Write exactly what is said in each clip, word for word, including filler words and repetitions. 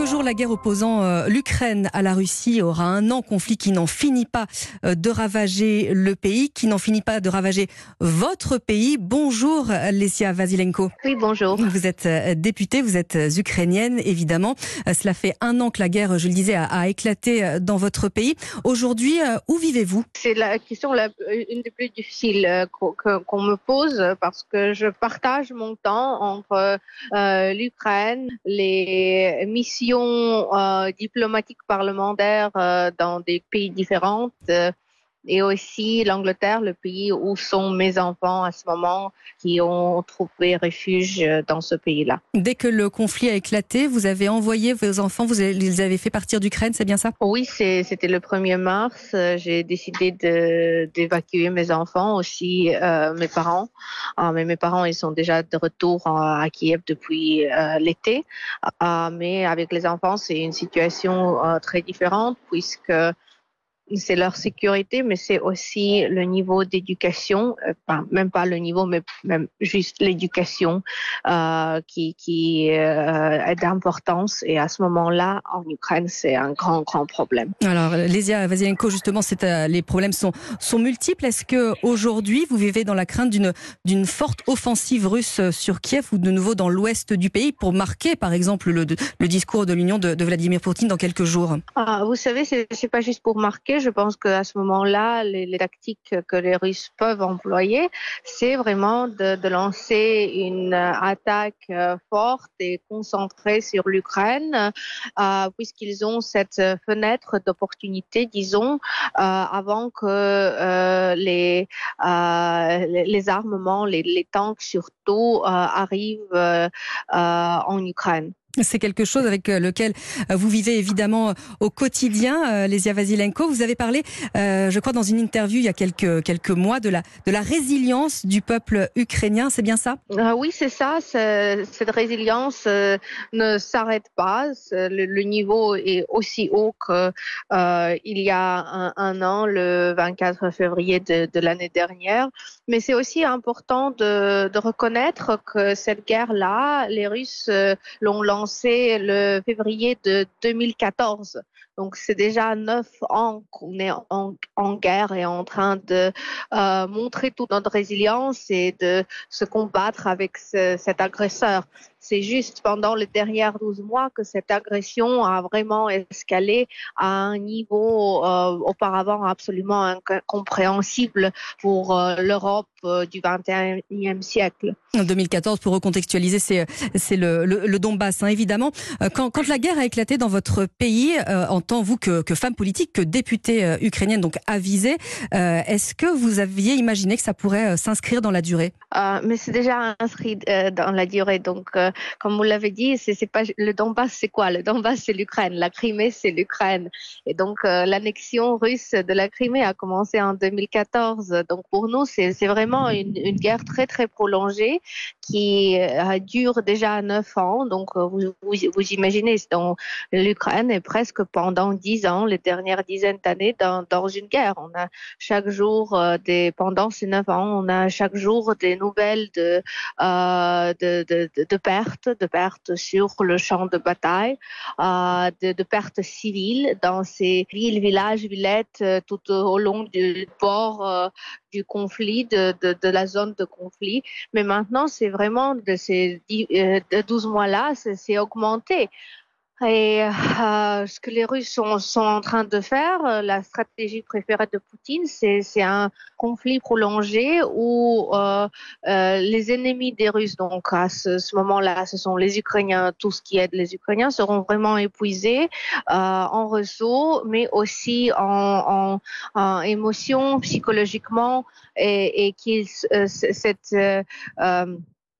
Toujours la guerre opposant euh, l'Ukraine à la Russie aura un an, conflit qui n'en finit pas euh, de ravager le pays, qui n'en finit pas de ravager votre pays. Bonjour Lesia Vasilenko. Oui, bonjour. Vous êtes euh, députée, vous êtes euh, ukrainienne évidemment. Euh, cela fait un an que la guerre, je le disais, a, a éclaté euh, dans votre pays. Aujourd'hui, euh, où vivez-vous ? C'est la question la, une des plus difficiles euh, qu'on, qu'on me pose parce que je partage mon temps entre euh, l'Ukraine, les missions euh, diplomatiques parlementaires euh, dans des pays différents euh, et aussi l'Angleterre, le pays où sont mes enfants à ce moment qui ont trouvé refuge dans ce pays-là. Dès que le conflit a éclaté, vous avez envoyé vos enfants, vous les avez fait partir d'Ukraine, c'est bien ça ? Oui, c'est, c'était le premier mars. J'ai décidé de, d'évacuer mes enfants, aussi euh, mes parents. Euh, mais mes parents, ils sont déjà de retour à, à Kiev depuis euh, l'été. Euh, mais avec les enfants, c'est une situation euh, très différente puisque c'est leur sécurité, mais c'est aussi le niveau d'éducation, euh, enfin, même pas le niveau, mais même juste l'éducation euh, qui, qui euh, est d'importance. Et à ce moment-là, en Ukraine, c'est un grand, grand problème. Alors, Lesia Vasilenko, justement, c'est, euh, les problèmes sont, sont multiples. Est-ce que aujourd'hui, vous vivez dans la crainte d'une, d'une forte offensive russe sur Kiev ou de nouveau dans l'ouest du pays pour marquer, par exemple, le, le discours de l'Union de, de Vladimir Poutine dans quelques jours ? Ah, vous savez, c'est, c'est pas juste pour marquer. Je pense qu'à ce moment-là, les, les tactiques que les Russes peuvent employer, c'est vraiment de, de lancer une attaque euh, forte et concentrée sur l'Ukraine, euh, puisqu'ils ont cette fenêtre d'opportunité, disons, euh, avant que euh, les, euh, les, les armements, les, les tanks surtout, euh, arrivent euh, euh, en Ukraine. C'est quelque chose avec lequel vous vivez évidemment au quotidien, Lesia Vasilenko. Vous avez parlé, euh, je crois, dans une interview il y a quelques, quelques mois de la, de la résilience du peuple ukrainien. C'est bien ça ? Ah oui, c'est ça. C'est, cette résilience euh, ne s'arrête pas. Le, le niveau est aussi haut que euh, il y a un, un an, le vingt-quatre février de, de l'année dernière. Mais c'est aussi important de, de reconnaître que cette guerre-là, les Russes euh, l'ont lancée lancé le février de deux mille quatorze. Donc, c'est déjà neuf ans qu'on est en, en guerre et en train de euh, montrer toute notre résilience et de se combattre avec ce, cet agresseur. C'est juste pendant les dernières douze mois que cette agression a vraiment escalé à un niveau euh, auparavant absolument incompréhensible pour euh, l'Europe euh, du vingt et unième siècle. En deux mille quatorze, pour recontextualiser, c'est, c'est le, le, le Donbass, hein, évidemment. Quand, quand la guerre a éclaté dans votre pays, euh, en tant vous que, que femme politique, que députée euh, ukrainienne, donc avisée, euh, est-ce que vous aviez imaginé que ça pourrait euh, s'inscrire dans la durée ? euh, Mais c'est déjà inscrit euh, dans la durée. Donc, euh, comme vous l'avez dit, c'est, c'est pas le Donbass, c'est quoi ? Le Donbass, c'est l'Ukraine. La Crimée, c'est l'Ukraine. Et donc, euh, l'annexion russe de la Crimée a commencé en deux mille quatorze. Donc, pour nous, c'est, c'est vraiment une, une guerre très, très prolongée qui euh, dure déjà neuf ans. Donc, euh, vous, vous, vous imaginez, donc, l'Ukraine est presque pendant dix ans, les dernières dizaines d'années, dans, dans une guerre. On a chaque jour, euh, des, pendant ces neuf ans, on a chaque jour des nouvelles de, euh, de, de, de, de pertes, de pertes sur le champ de bataille, euh, de, de pertes civiles dans ces villes, villages, villettes, euh, tout au long du bord euh, du conflit, de, de, de la zone de conflit. Mais maintenant, c'est vraiment de ces douze mois-là, c'est, c'est augmenté. Et euh, ce que les Russes sont, sont en train de faire, la stratégie préférée de Poutine, c'est, c'est un conflit prolongé où euh, euh, les ennemis des Russes, donc à ce, ce moment-là, ce sont les Ukrainiens, tout ce qui aide les Ukrainiens, seront vraiment épuisés euh, en ressources, mais aussi en, en, en émotions, psychologiquement, et, et qu'ils euh, cette euh, euh,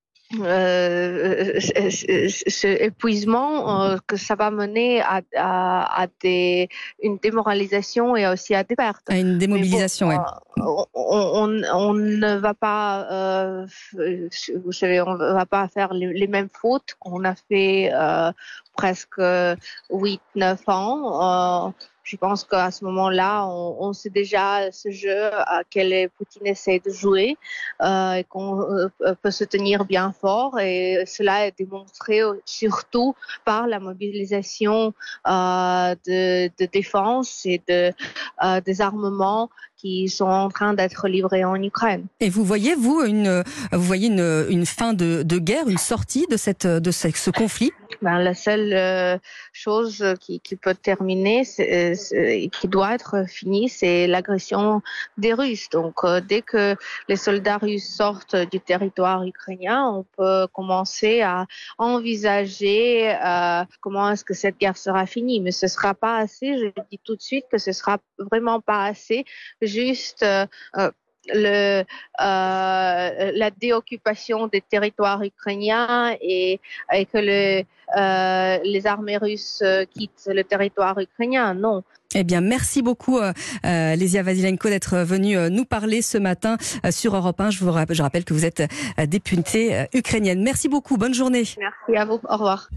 Euh, ce épuisement euh, que ça va mener à, à, à des, une démoralisation et aussi à des pertes. À une démobilisation, bon, oui. Euh, on, on, on ne va pas, euh, vous savez, on ne va pas faire les, les mêmes fautes qu'on a fait euh, presque huit neuf ans. Euh, Je pense qu'à ce moment-là, on, on sait déjà ce jeu à quel Poutine essaie de jouer euh, et qu'on euh, peut se tenir bien fort. Et cela est démontré surtout par la mobilisation euh, de, de défense et de, euh, des armements qui sont en train d'être livrés en Ukraine. Et vous voyez, vous, une, vous voyez une, une fin de, de guerre, une sortie de, cette, de ce, ce conflit? Ben, la seule euh, chose qui, qui peut terminer, c'est, c'est, qui doit être finie, c'est l'agression des Russes. Donc, euh, dès que les soldats russes sortent du territoire ukrainien, on peut commencer à envisager euh, comment est-ce que cette guerre sera finie. Mais ce sera pas assez. Je dis tout de suite que ce sera vraiment pas assez. Juste euh, Le, euh, la déoccupation des territoires ukrainiens et, et que le, euh, les armées russes quittent le territoire ukrainien. Non. Eh bien, merci beaucoup, euh, Lesia Vasilenko, d'être venue nous parler ce matin euh, sur Europe un. Je vous rappelle, je rappelle que vous êtes euh, députée euh, ukrainienne. Merci beaucoup. Bonne journée. Merci à vous. Au revoir.